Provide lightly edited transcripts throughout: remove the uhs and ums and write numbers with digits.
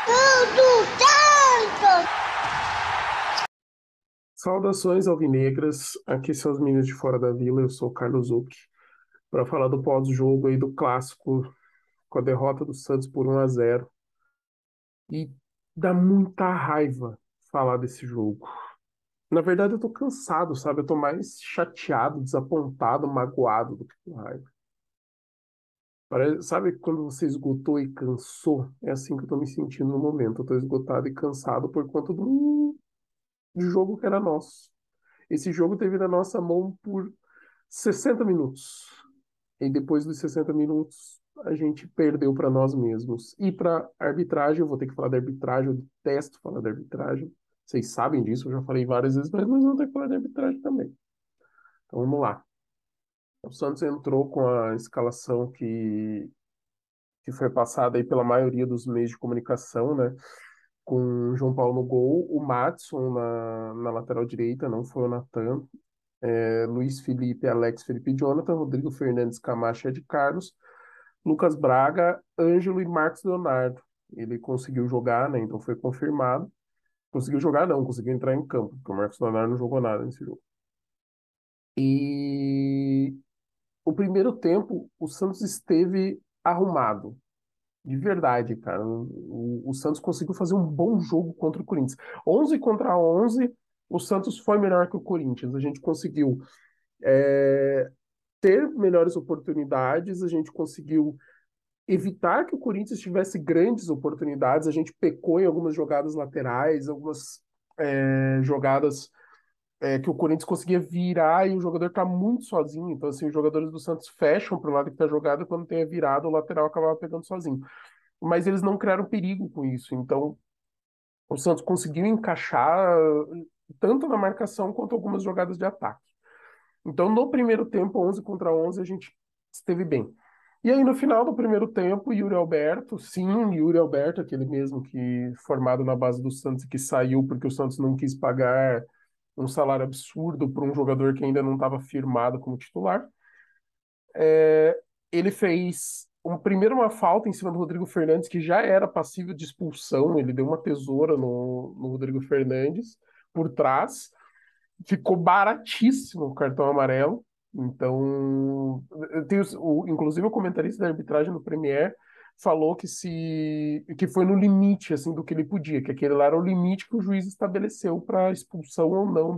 Tudo tanto! Saudações alvinegras, aqui são os meninos de Fora da Vila, eu sou o Carlos Zuc, para falar do pós-jogo aí do clássico, com a derrota do Santos por 1-0. E dá muita raiva falar desse jogo. Na verdade, eu tô cansado, sabe? Eu tô mais chateado, desapontado, magoado do que com raiva. Sabe quando você esgotou e cansou? É assim que eu tô me sentindo no momento. Eu tô esgotado e cansado por conta do jogo que era nosso. Esse jogo teve na nossa mão por 60 minutos. E depois dos 60 minutos, a gente perdeu para nós mesmos. E para arbitragem, eu vou ter que falar da arbitragem, eu detesto falar da arbitragem. Vocês sabem disso, eu já falei várias vezes, mas nós vamos ter que falar da arbitragem também. Então vamos lá. O Santos entrou com a escalação que foi passada aí pela maioria dos meios de comunicação, né? Com o João Paulo no gol, o Maddson na lateral direita, não foi o Natan. Luiz Felipe, Alex Felipe e Jonathan, Rodrigo Fernandes, Camacho e Ed Carlos, Lucas Braga, Ângelo e Marcos Leonardo. Ele conseguiu jogar, né? Então foi confirmado. Conseguiu jogar, não, conseguiu entrar em campo, porque o Marcos Leonardo não jogou nada nesse jogo. E o primeiro tempo, o Santos esteve arrumado. De verdade, cara. O Santos conseguiu fazer um bom jogo contra o Corinthians. 11-11, o Santos foi melhor que o Corinthians. A gente conseguiu ter melhores oportunidades, a gente conseguiu evitar que o Corinthians tivesse grandes oportunidades. A gente pecou em algumas jogadas laterais, algumas jogadas que o Corinthians conseguia virar e o jogador está muito sozinho. Então, assim, os jogadores do Santos fecham para o lado que está jogado e quando tem a virada, o lateral acabava pegando sozinho. Mas eles não criaram perigo com isso. Então, o Santos conseguiu encaixar tanto na marcação quanto algumas jogadas de ataque. Então, no primeiro tempo, 11-11, a gente esteve bem. E aí, no final do primeiro tempo, Yuri Alberto, sim, Yuri Alberto, aquele mesmo que formado na base do Santos e que saiu porque o Santos não quis pagar um salário absurdo para um jogador que ainda não estava firmado como titular. Ele fez primeiro uma falta em cima do Rodrigo Fernandes, que já era passível de expulsão. Ele deu uma tesoura no Rodrigo Fernandes por trás. Ficou baratíssimo o cartão amarelo. Então, inclusive o comentarista da arbitragem no Premier falou que foi no limite assim do que ele podia, que aquele lá era o limite que o juiz estabeleceu para expulsão ou não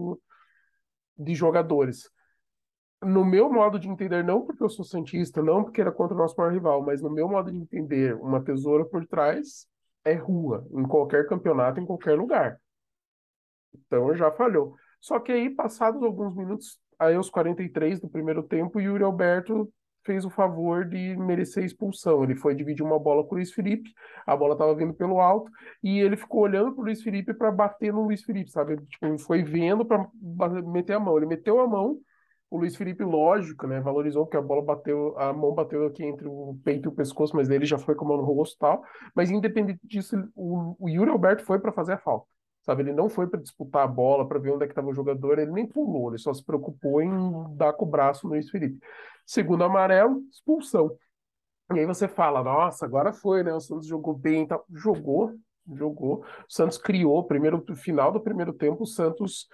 de jogadores. No meu modo de entender, não porque eu sou santista, não porque era contra o nosso maior rival, mas no meu modo de entender, uma tesoura por trás é rua, em qualquer campeonato, em qualquer lugar. Então já falhou. Só que aí, passados alguns minutos, aí aos 43 do primeiro tempo, o Yuri Alberto fez o favor de merecer expulsão. Ele foi dividir uma bola com o Luiz Felipe, a bola estava vindo pelo alto, e ele ficou olhando para o Luiz Felipe para bater no Luiz Felipe, sabe? Ele, tipo, ele foi vendo para meter a mão. Ele meteu a mão, o Luiz Felipe, lógico, né? Valorizou, porque a bola bateu, a mão bateu aqui entre o peito e o pescoço, mas ele já foi com a mão no rosto e tal. Mas independente disso, o Yuri Alberto foi para fazer a falta. Sabe, ele não foi para disputar a bola, para ver onde é que estava o jogador, ele nem pulou, ele só se preocupou em dar com o braço no Luiz Felipe. Segundo amarelo, expulsão. E aí você fala, nossa, agora foi, né? O Santos jogou bem, e tal. Jogou. O Santos criou, final do primeiro tempo, o Santos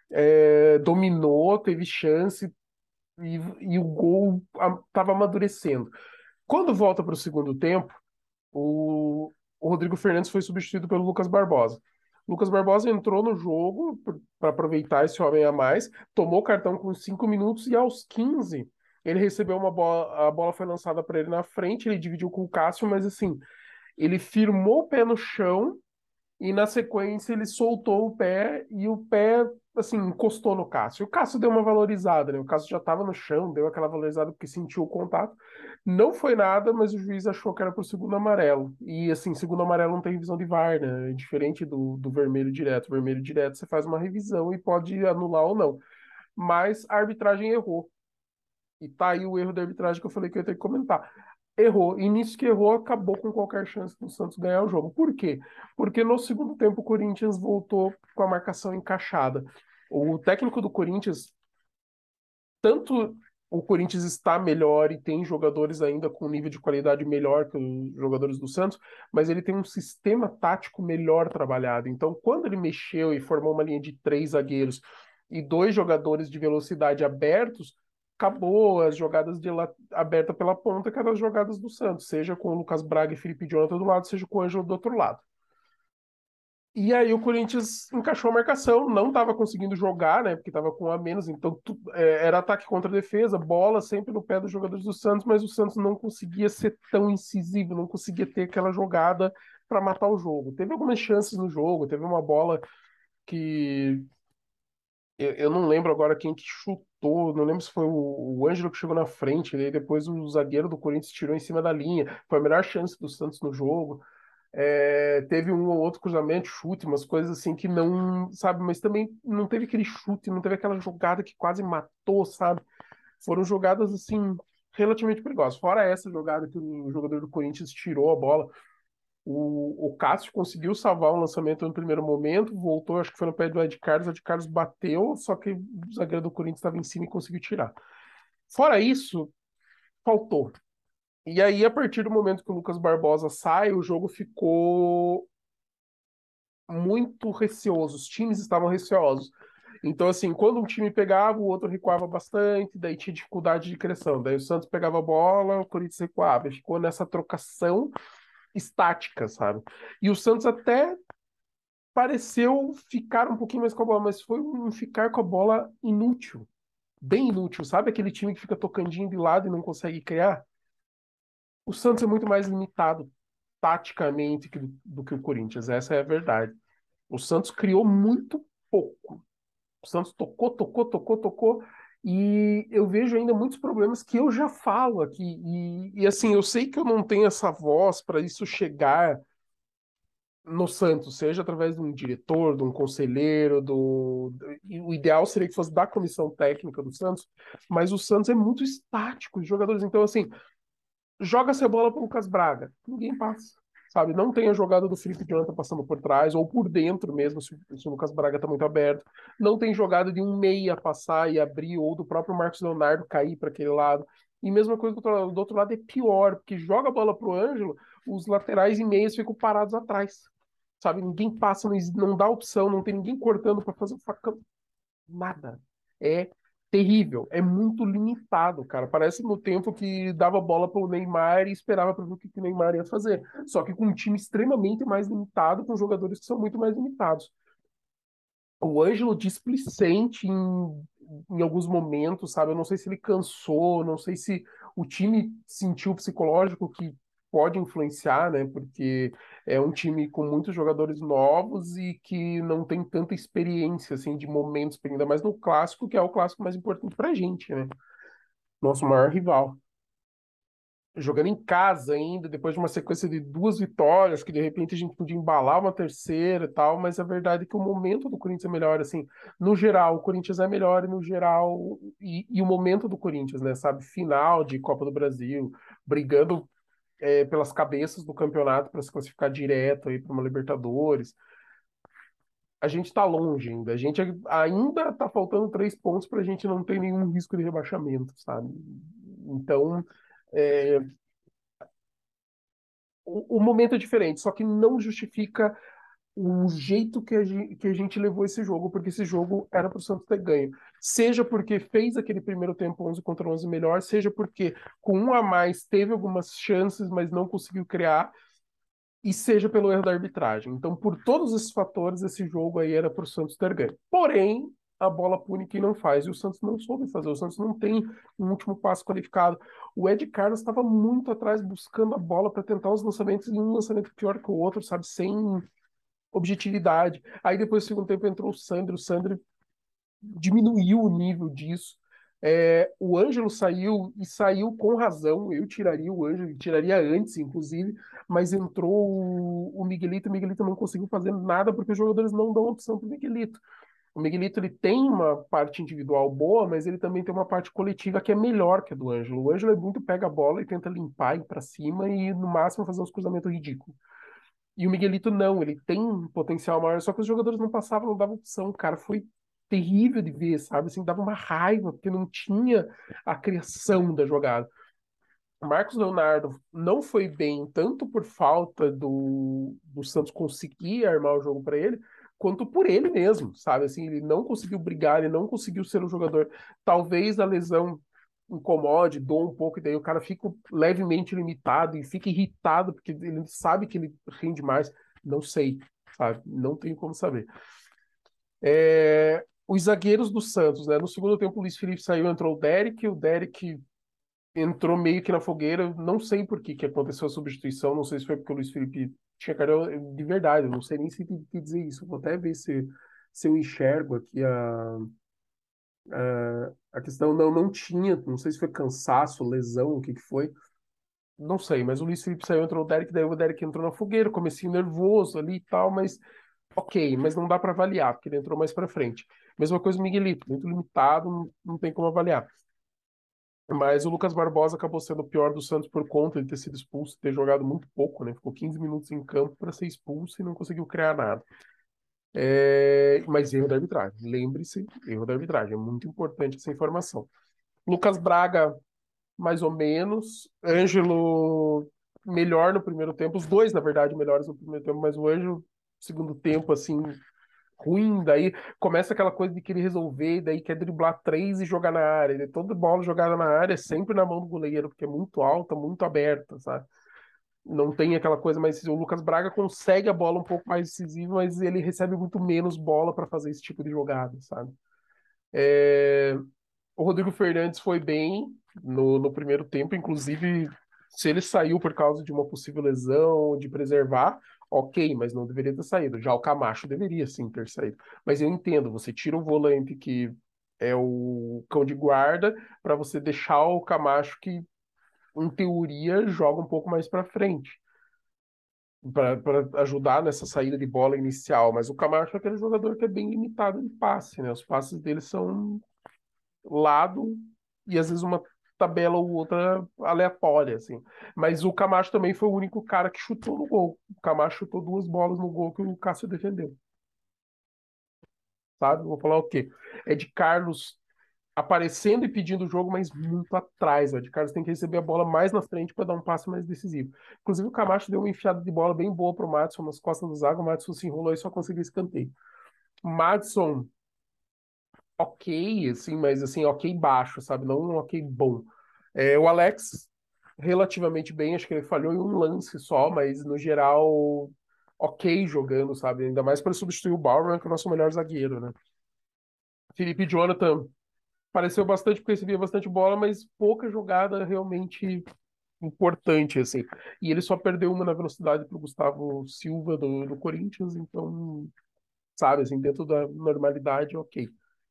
dominou, teve chance e, e o gol estava amadurecendo. Quando volta para o segundo tempo, o Rodrigo Fernandes foi substituído pelo Lucas Barbosa. Lucas Barbosa entrou no jogo para aproveitar esse homem a mais, tomou cartão com 5 minutos e aos 15 ele recebeu uma bola, a bola foi lançada para ele na frente, ele dividiu com o Cássio, mas assim, ele firmou o pé no chão e na sequência ele soltou o pé e o pé, assim, encostou no Cássio. O Cássio deu uma valorizada, né? O Cássio já estava no chão, deu aquela valorizada porque sentiu o contato. Não foi nada, mas o juiz achou que era pro segundo amarelo. E, assim, segundo amarelo não tem revisão de VAR, né? É diferente do vermelho direto. O vermelho direto você faz uma revisão e pode anular ou não. Mas a arbitragem errou. E tá aí o erro da arbitragem que eu falei que eu ia ter que comentar. Errou. E nisso que errou, acabou com qualquer chance do Santos ganhar o jogo. Por quê? Porque no segundo tempo o Corinthians voltou com a marcação encaixada. O técnico do Corinthians, tanto. o Corinthians está melhor e tem jogadores ainda com nível de qualidade melhor que os jogadores do Santos, mas ele tem um sistema tático melhor trabalhado. Então, quando ele mexeu e formou uma linha de três zagueiros e dois jogadores de velocidade abertos, acabou as jogadas aberta pela ponta, que eram as jogadas do Santos, seja com o Lucas Braga e Felipe Jonathan do lado, seja com o Ângelo do outro lado. E aí o Corinthians encaixou a marcação, não estava conseguindo jogar, né? Porque estava com um a menos, então era ataque contra defesa, bola sempre no pé dos jogadores do Santos, mas o Santos não conseguia ser tão incisivo, não conseguia ter aquela jogada para matar o jogo. Teve algumas chances no jogo, teve uma bola que eu não lembro agora quem que chutou, não lembro se foi o Ângelo que chegou na frente, e depois o zagueiro do Corinthians tirou em cima da linha. Foi a melhor chance do Santos no jogo. Teve um ou outro cruzamento, chute, umas coisas assim que não, sabe, mas também não teve aquele chute, não teve aquela jogada que quase matou, sabe? Foram jogadas assim relativamente perigosas. Fora essa jogada que o jogador do Corinthians tirou a bola, o Cássio conseguiu salvar um lançamento no primeiro momento, voltou, acho que foi no pé do o Ed Carlos bateu, só que o zagueiro do Corinthians estava em cima e conseguiu tirar. Fora isso, faltou. E aí, a partir do momento que o Lucas Barbosa sai, o jogo ficou muito receoso, os times estavam receosos. Então, assim, quando um time pegava, o outro recuava bastante, daí tinha dificuldade de criação. Daí o Santos pegava a bola, o Corinthians recuava. E ficou nessa trocação estática, sabe? E o Santos até pareceu ficar um pouquinho mais com a bola, mas foi um ficar com a bola inútil, bem inútil. Sabe aquele time que fica tocandinho de lado e não consegue criar? O Santos é muito mais limitado taticamente do que o Corinthians, essa é a verdade. O Santos criou muito pouco. O Santos tocou, tocou, tocou, tocou. E eu vejo ainda muitos problemas que eu já falo aqui. E assim, eu sei que eu não tenho essa voz para isso chegar no Santos, seja através de um diretor, de um conselheiro, e o ideal seria que fosse da comissão técnica do Santos, mas o Santos é muito estático, os jogadores. Então, assim, joga-se a bola para o Lucas Braga, ninguém passa. Sabe, não tem a jogada do Felipe Jonathan passando por trás ou por dentro mesmo, se o Lucas Braga está muito aberto. Não tem jogada de um meia passar e abrir, ou do próprio Marcos Leonardo cair para aquele lado. E mesma coisa do outro lado é pior, porque joga a bola pro Ângelo, os laterais e meias ficam parados atrás. Sabe, ninguém passa, não dá opção, não tem ninguém cortando para fazer o facão. Nada. É terrível, é muito limitado, cara. Parece no tempo que dava bola para o Neymar e esperava para ver o que o Neymar ia fazer. Só que com um time extremamente mais limitado, com jogadores que são muito mais limitados. O Ângelo displicente em alguns momentos, sabe? Eu não sei se ele cansou, não sei se o time sentiu o psicológico que pode influenciar, né? Porque é um time com muitos jogadores novos e que não tem tanta experiência, assim, de momentos, ainda mais no clássico, que é o clássico mais importante pra gente, né? Nosso maior rival jogando em casa ainda, depois de uma sequência de duas vitórias, que de repente a gente podia embalar uma terceira e tal, mas a verdade é que o momento do Corinthians é melhor, assim, no geral, o Corinthians é melhor e no geral, e o momento do Corinthians, né, sabe, final de Copa do Brasil, brigando pelas cabeças do campeonato para se classificar direto aí para uma Libertadores. A gente está longe ainda. A gente ainda está faltando 3 pontos para a gente não ter nenhum risco de rebaixamento, sabe? Então, é, o momento é diferente, só que não justifica o jeito que a gente levou esse jogo, porque esse jogo era para o Santos ter ganho. Seja porque fez aquele primeiro tempo 11 contra 11 melhor, seja porque com um a mais teve algumas chances, mas não conseguiu criar, e seja pelo erro da arbitragem. Então, por todos esses fatores, esse jogo aí era para o Santos ter ganho. Porém, a bola pune quem não faz, e o Santos não soube fazer. O Santos não tem um último passo qualificado. O Ed Carlos estava muito atrás buscando a bola para tentar os lançamentos, e um lançamento pior que o outro, sabe, sem objetividade. Aí depois, no segundo tempo, entrou o Sandro diminuiu o nível disso. O Ângelo saiu e saiu com razão. Eu tiraria o Ângelo, tiraria antes, inclusive, mas entrou o Miguelito. O Miguelito não conseguiu fazer nada porque os jogadores não dão opção para o Miguelito. O Miguelito ele tem uma parte individual boa, mas ele também tem uma parte coletiva que é melhor que a do Ângelo. O Ângelo é muito pega a bola e tenta limpar, ir para cima e no máximo fazer uns cruzamentos ridículos. E o Miguelito não, ele tem um potencial maior, só que os jogadores não passavam, não davam opção, cara. Foi terrível de ver, sabe? Assim, dava uma raiva, porque não tinha a criação da jogada. O Marcos Leonardo não foi bem, tanto por falta do Santos conseguir armar o jogo para ele, quanto por ele mesmo, sabe? Assim, ele não conseguiu brigar, ele não conseguiu ser um jogador. Talvez a lesão incomode, doa um pouco, e daí o cara fica levemente limitado e fica irritado, porque ele sabe que ele rende mais. Não sei, sabe? Não tenho como saber. Os zagueiros do Santos, né? No segundo tempo, o Luiz Felipe saiu, entrou o Derek entrou meio que na fogueira. Não sei por que que aconteceu a substituição. Não sei se foi porque o Luiz Felipe tinha cara de verdade. Eu não sei nem se te dizer isso. Vou até ver se eu enxergo aqui a questão. Não, não tinha. Não sei se foi cansaço, lesão, o que que foi. Não sei, mas o Luiz Felipe saiu, entrou o Derek, daí o Derek entrou na fogueira, comecinho nervoso ali e tal, mas ok, mas não dá para avaliar, porque ele entrou mais para frente. Mesma coisa o Miguelito, muito limitado, não tem como avaliar. Mas o Lucas Barbosa acabou sendo o pior do Santos por conta de ter sido expulso, ter jogado muito pouco, né? Ficou 15 minutos em campo para ser expulso e não conseguiu criar nada. Mas erro da arbitragem. Lembre-se, erro da arbitragem. É muito importante essa informação. Lucas Braga, mais ou menos. Ângelo, melhor no primeiro tempo. Os dois, na verdade, melhores no primeiro tempo, mas o Ângelo, segundo tempo, assim, ruim, daí começa aquela coisa de querer resolver, daí quer driblar três e jogar na área. E toda bola jogada na área é sempre na mão do goleiro, porque é muito alta, muito aberta, sabe? Não tem aquela coisa, mas o Lucas Braga consegue a bola um pouco mais decisiva, mas ele recebe muito menos bola para fazer esse tipo de jogada, sabe? O Rodrigo Fernandes foi bem no primeiro tempo, inclusive se ele saiu por causa de uma possível lesão, de preservar, ok, mas não deveria ter saído. Já o Camacho deveria sim ter saído. Mas eu entendo, você tira o volante que é o cão de guarda para você deixar o Camacho que, em teoria, joga um pouco mais para frente. Para ajudar nessa saída de bola inicial, mas o Camacho é aquele jogador que é bem limitado em passe, né? Os passes dele são lado e às vezes uma tabela ou outra aleatória, assim. Mas o Camacho também foi o único cara que chutou no gol. O Camacho chutou duas bolas no gol que o Cássio defendeu, sabe? Vou falar o quê? É de Carlos aparecendo e pedindo o jogo, mas muito atrás. O Ed Carlos tem que receber a bola mais na frente para dar um passe mais decisivo. Inclusive, o Camacho deu uma enfiada de bola bem boa para o Madison nas costas do zaga. O Madison se enrolou e só conseguiu escanteio. O Madison ok, assim, mas assim, ok baixo, sabe? Não um ok bom. O Alex, relativamente bem, acho que ele falhou em um lance só, mas no geral, ok jogando, sabe? Ainda mais para substituir o Bauer, que é o nosso melhor zagueiro, né? Felipe Jonathan pareceu bastante porque recebia bastante bola, mas pouca jogada realmente importante, assim. E ele só perdeu uma na velocidade para o Gustavo Silva do Corinthians, então, sabe, assim, dentro da normalidade, ok.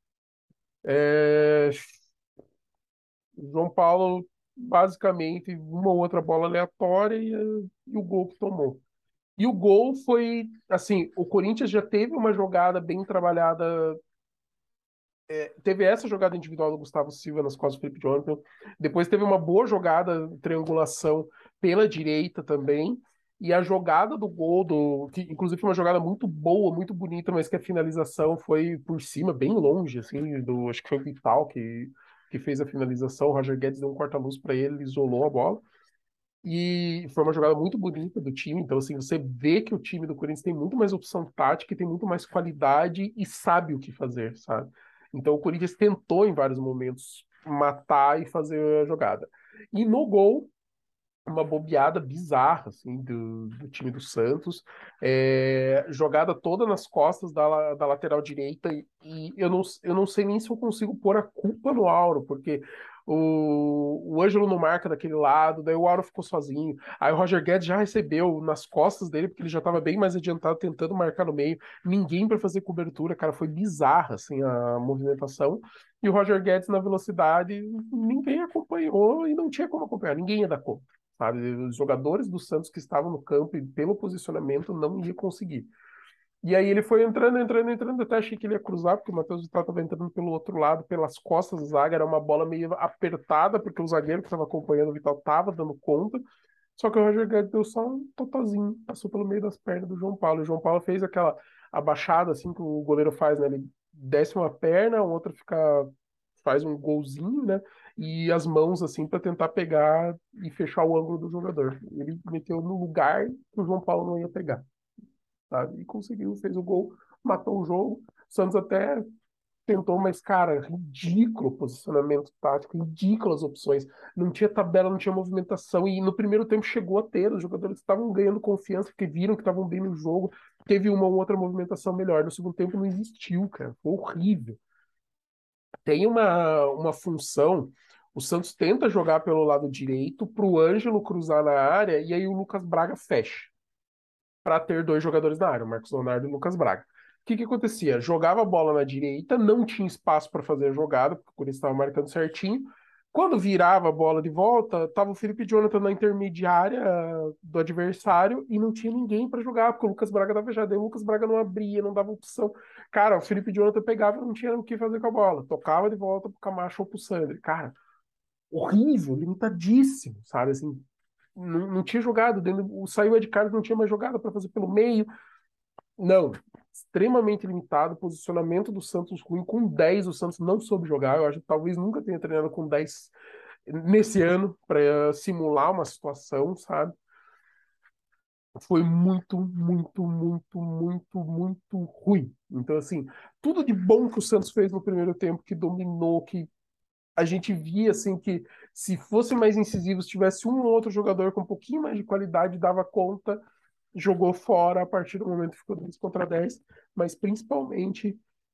É, João Paulo, basicamente, uma ou outra bola aleatória e o gol que tomou. E o gol foi, assim, o Corinthians já teve uma jogada bem trabalhada. Teve essa jogada individual do Gustavo Silva nas costas do Felipe Jonathan. Depois teve uma boa jogada, triangulação pela direita também. E a jogada do gol, que inclusive foi uma jogada muito boa, muito bonita, mas que a finalização foi por cima, bem longe, assim, acho que foi o Vital que fez a finalização. O Roger Guedes deu um corta-luz para ele, isolou a bola. E foi uma jogada muito bonita do time. Então, assim, você vê que o time do Corinthians tem muito mais opção tática, e tem muito mais qualidade e sabe o que fazer, sabe? Então, o Corinthians tentou em vários momentos matar e fazer a jogada. E no gol, uma bobeada bizarra assim do time do Santos, jogada toda nas costas da lateral direita e eu não sei nem se eu consigo pôr a culpa no Auro, porque o Ângelo não marca daquele lado, daí o Auro ficou sozinho, aí o Roger Guedes já recebeu nas costas dele, porque ele já estava bem mais adiantado tentando marcar no meio, ninguém para fazer cobertura, cara, foi bizarra assim a movimentação. E o Roger Guedes na velocidade, ninguém acompanhou e não tinha como acompanhar, ninguém ia dar conta, sabe? Os jogadores do Santos que estavam no campo e pelo posicionamento não ia conseguir. E aí ele foi entrando, entrando, entrando, até achei que ele ia cruzar, porque o Matheus Vital estava entrando pelo outro lado, pelas costas da zaga, era uma bola meio apertada, porque o zagueiro que estava acompanhando o Vital estava dando conta, só que o Roger Guedes deu só um totozinho, passou pelo meio das pernas do João Paulo. O João Paulo fez aquela abaixada, assim, que o goleiro faz, né? Ele desce uma perna, a outra fica, faz um golzinho, né? E as mãos assim para tentar pegar e fechar o ângulo do jogador. Ele meteu no lugar que o João Paulo não ia pegar, sabe? E conseguiu, fez o gol, matou o jogo. O Santos até tentou, mas, cara, ridículo o posicionamento tático, ridículas opções. Não tinha tabela, não tinha movimentação. E no primeiro tempo chegou a ter, os jogadores estavam ganhando confiança, porque viram que estavam bem no jogo. Teve uma ou outra movimentação melhor. No segundo tempo não existiu, cara. Foi horrível. Tem uma função. O Santos tenta jogar pelo lado direito para o Ângelo cruzar na área e aí o Lucas Braga fecha para ter dois jogadores na área, o Marcos Leonardo e o Lucas Braga. O que que acontecia? Jogava a bola na direita, não tinha espaço para fazer a jogada, porque o Corinthians estava marcando certinho. Quando virava a bola de volta, tava o Felipe Jonathan na intermediária do adversário e não tinha ninguém para jogar, porque o Lucas Braga estava fechado. Aí o Lucas Braga não abria, não dava opção. Cara, o Felipe Jonathan pegava e não tinha o que fazer com a bola. Tocava de volta pro Camacho ou pro Sandri. Cara, horrível, limitadíssimo, sabe? Assim, não tinha jogado. Saiu Ed Carlos, não tinha mais jogada para fazer pelo meio. Não, extremamente limitado. Posicionamento do Santos ruim. Com 10 o Santos não soube jogar. Eu acho que talvez nunca tenha treinado com 10 nesse ano para simular uma situação, sabe? Foi muito ruim. Então, assim, tudo de bom que o Santos fez no primeiro tempo, que dominou, que a gente via assim que se fosse mais incisivo, se tivesse um ou outro jogador com um pouquinho mais de qualidade, dava conta, jogou fora a partir do momento que ficou 10 contra 10, mas principalmente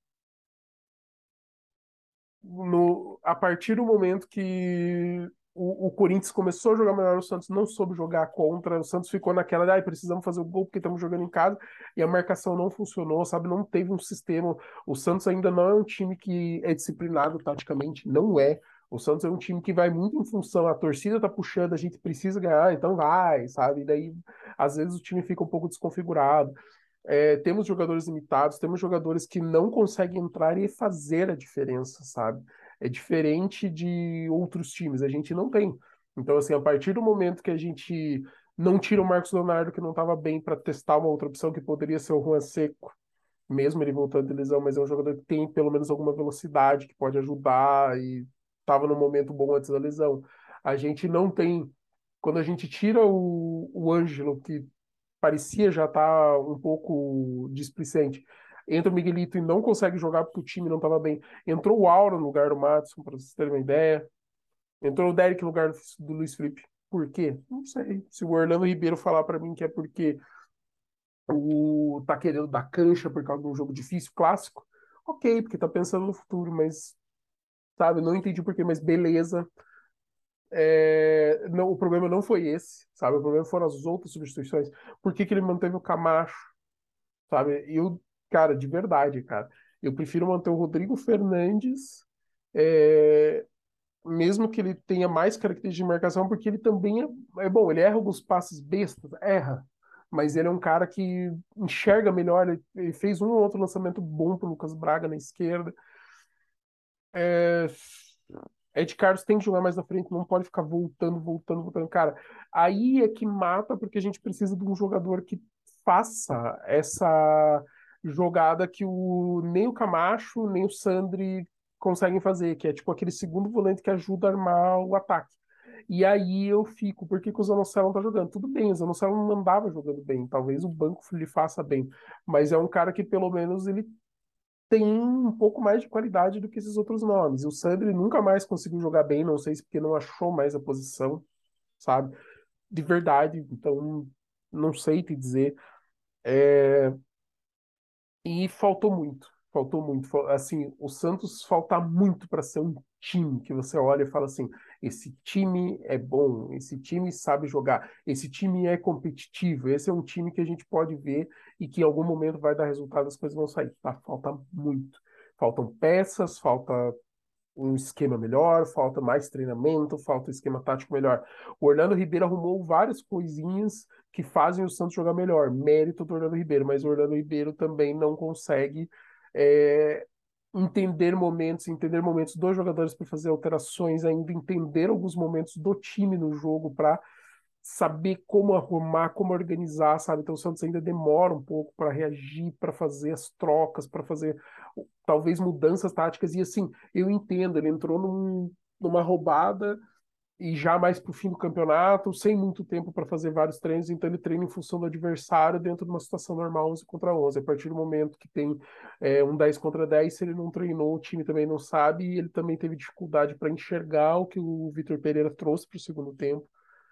a partir do momento que o Corinthians começou a jogar melhor, o Santos não soube jogar contra, o Santos ficou naquela, ah, precisamos fazer o gol porque estamos jogando em casa, e a marcação não funcionou, sabe? Não teve um sistema. O Santos ainda não é um time que é disciplinado taticamente, não é. O Santos é um time que vai muito em função, a torcida tá puxando, a gente precisa ganhar, então vai, sabe? E daí, às vezes, o time fica um pouco desconfigurado. Temos jogadores limitados, temos jogadores que não conseguem entrar e fazer a diferença, sabe? É diferente de outros times, a gente não tem. Então, assim, a partir do momento que a gente não tira o Marcos Leonardo, que não estava bem, para testar uma outra opção que poderia ser o Juan Seco, mesmo ele voltando de lesão, mas é um jogador que tem pelo menos alguma velocidade, que pode ajudar e estava no momento bom antes da lesão. A gente não tem. Quando a gente tira o Ângelo, que parecia já estar um pouco displicente. Entra o Miguelito e não consegue jogar porque o time não estava bem. Entrou o Auro no lugar do Matos, para vocês terem uma ideia. Entrou o Derek no lugar do Luiz Felipe. Por quê? Não sei. Se o Orlando Ribeiro falar para mim que é porque tá querendo dar cancha por causa de um jogo difícil, clássico, ok, porque tá pensando no futuro, mas, sabe, não entendi por quê, mas beleza. Não, o problema não foi esse, sabe? O problema foram as outras substituições. Por que que ele manteve o Camacho? Sabe? Eu, cara, de verdade, cara, eu prefiro manter o Rodrigo Fernandes, é, mesmo que ele tenha mais características de marcação, porque ele também é bom, ele erra alguns passes bestas, erra, mas ele é um cara que enxerga melhor, ele fez um ou outro lançamento bom pro Lucas Braga na esquerda. É, Ed Carlos tem que jogar mais na frente, não pode ficar voltando. Cara, aí é que mata, porque a gente precisa de um jogador que faça essa jogada que nem o Camacho, nem o Sandri conseguem fazer, que é tipo aquele segundo volante que ajuda a armar o ataque. E aí eu fico, por que que o Zanocelo não tá jogando? Tudo bem, o Zanocelo não andava jogando bem, talvez o banco lhe faça bem, mas é um cara que pelo menos ele tem um pouco mais de qualidade do que esses outros nomes. E o Sandri nunca mais conseguiu jogar bem, não sei se porque não achou mais a posição, sabe? De verdade, então não sei te dizer. E faltou muito. Assim, o Santos falta muito para ser um time que você olha e fala assim: esse time é bom, esse time sabe jogar, esse time é competitivo, esse é um time que a gente pode ver e que em algum momento vai dar resultado, as coisas vão sair. Tá? Falta muito. Faltam peças, falta um esquema melhor, falta mais treinamento, falta um esquema tático melhor. O Orlando Ribeiro arrumou várias coisinhas que fazem o Santos jogar melhor, mérito do Orlando Ribeiro, mas o Orlando Ribeiro também não consegue é, entender momentos dos jogadores para fazer alterações, ainda entender alguns momentos do time no jogo para saber como arrumar, como organizar, sabe? Então o Santos ainda demora um pouco para reagir, para fazer as trocas, para fazer talvez mudanças táticas. E assim, eu entendo, ele entrou numa roubada e já mais para o fim do campeonato, sem muito tempo para fazer vários treinos, então ele treina em função do adversário dentro de uma situação normal 11 contra 11. A partir do momento que tem um 10 contra 10, se ele não treinou, o time também não sabe, e ele também teve dificuldade para enxergar o que o Vitor Pereira trouxe para o segundo tempo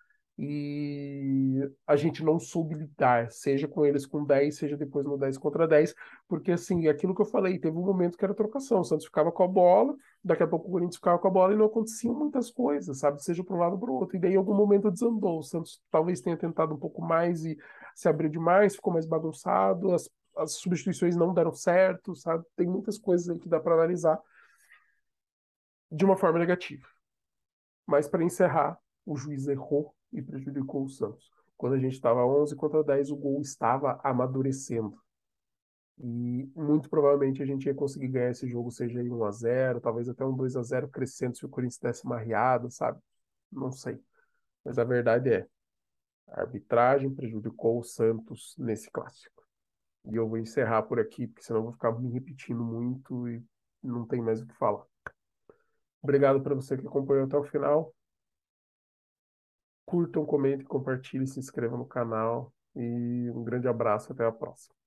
e a gente não soube lidar, seja com eles com 10 seja depois no 10 contra 10 porque assim, aquilo que eu falei, teve um momento que era trocação, o Santos ficava com a bola, daqui a pouco o Corinthians ficava com a bola e não aconteciam muitas coisas, sabe? Seja para um lado ou para o outro, e daí em algum momento desandou, o Santos talvez tenha tentado um pouco mais e se abriu demais, ficou mais bagunçado, as substituições não deram certo, sabe? Tem muitas coisas aí que dá para analisar de uma forma negativa. Mas para encerrar, o juiz errou e prejudicou o Santos. Quando a gente estava 11 contra 10, o gol estava amadurecendo. E muito provavelmente a gente ia conseguir ganhar esse jogo, seja aí 1-0, talvez até um 2-0 crescendo se o Corinthians desse uma riada, sabe? Não sei. Mas a verdade é, a arbitragem prejudicou o Santos nesse clássico. E eu vou encerrar por aqui, porque senão eu vou ficar me repetindo muito e não tem mais o que falar. Obrigado para você que acompanhou até o final. Curtam, comentem, compartilhem, se inscrevam no canal e um grande abraço, até a próxima.